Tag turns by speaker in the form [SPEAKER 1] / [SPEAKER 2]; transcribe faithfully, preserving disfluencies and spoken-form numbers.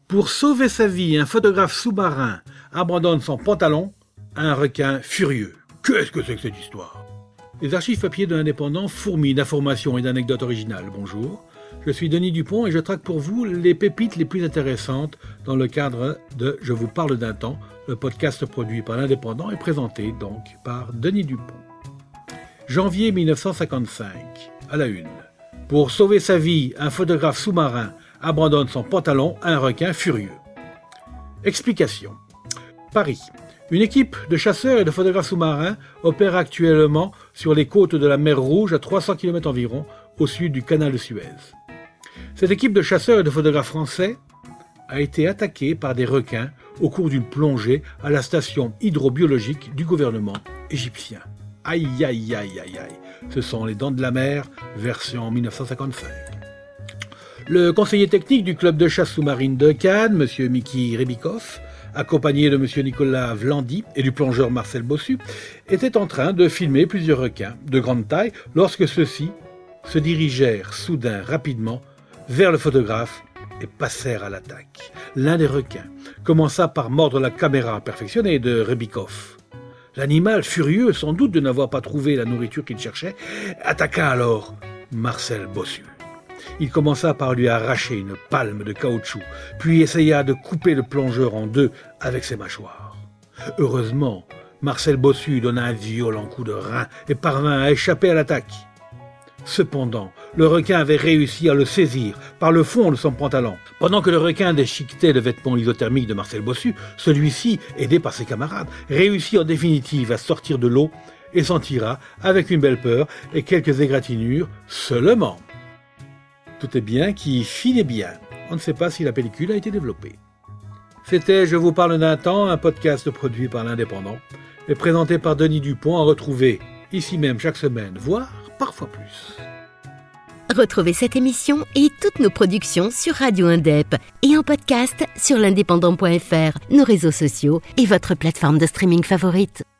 [SPEAKER 1] Pour sauver sa vie, un photographe sous-marin abandonne son pantalon à un requin furieux. Qu'est-ce que c'est que cette histoire ? Les archives papier de l'Indépendant fourmillent d'informations et d'anecdotes originales. Bonjour, je suis Denis Dupont et je traque pour vous les pépites les plus intéressantes dans le cadre de « Je vous parle d'un temps », le podcast produit par l'Indépendant et présenté donc par Denis Dupont. Janvier mille neuf cent cinquante-cinq, à la une. Pour sauver sa vie, un photographe sous-marin abandonne son pantalon à un requin furieux. Explication. Paris. Une équipe de chasseurs et de photographes sous-marins opère actuellement sur les côtes de la mer Rouge à trois cents kilomètres environ au sud du canal de Suez. Cette équipe de chasseurs et de photographes français a été attaquée par des requins au cours d'une plongée à la station hydrobiologique du gouvernement égyptien. Aïe aïe aïe aïe aïe. Ce sont les Dents de la Mer, version mille neuf cent cinquante-cinq. Le conseiller technique du club de chasse sous-marine de Cannes, M. Miki Rebikoff, accompagné de M. Nicolas Vlandy et du plongeur Marcel Bossu, était en train de filmer plusieurs requins de grande taille lorsque ceux-ci se dirigèrent soudain rapidement vers le photographe et passèrent à l'attaque. L'un des requins commença par mordre la caméra perfectionnée de Rebikoff. L'animal, furieux sans doute de n'avoir pas trouvé la nourriture qu'il cherchait, attaqua alors Marcel Bossu. Il commença par lui arracher une palme de caoutchouc, puis essaya de couper le plongeur en deux avec ses mâchoires. Heureusement, Marcel Bossu donna un violent coup de rein et parvint à échapper à l'attaque. Cependant, le requin avait réussi à le saisir par le fond de son pantalon. Pendant que le requin déchiquetait le vêtement isothermique de Marcel Bossu, celui-ci, aidé par ses camarades, réussit en définitive à sortir de l'eau et s'en tira avec une belle peur et quelques égratignures seulement. Tout est bien qui finit bien. On ne sait pas si la pellicule a été développée. C'était Je vous parle d'un temps, un podcast produit par l'Indépendant et présenté par Denis Dupont, à retrouver ici même chaque semaine, voire parfois plus.
[SPEAKER 2] Retrouvez cette émission et toutes nos productions sur Radio Indep et en podcast sur l'indépendant point f r, nos réseaux sociaux et votre plateforme de streaming favorite.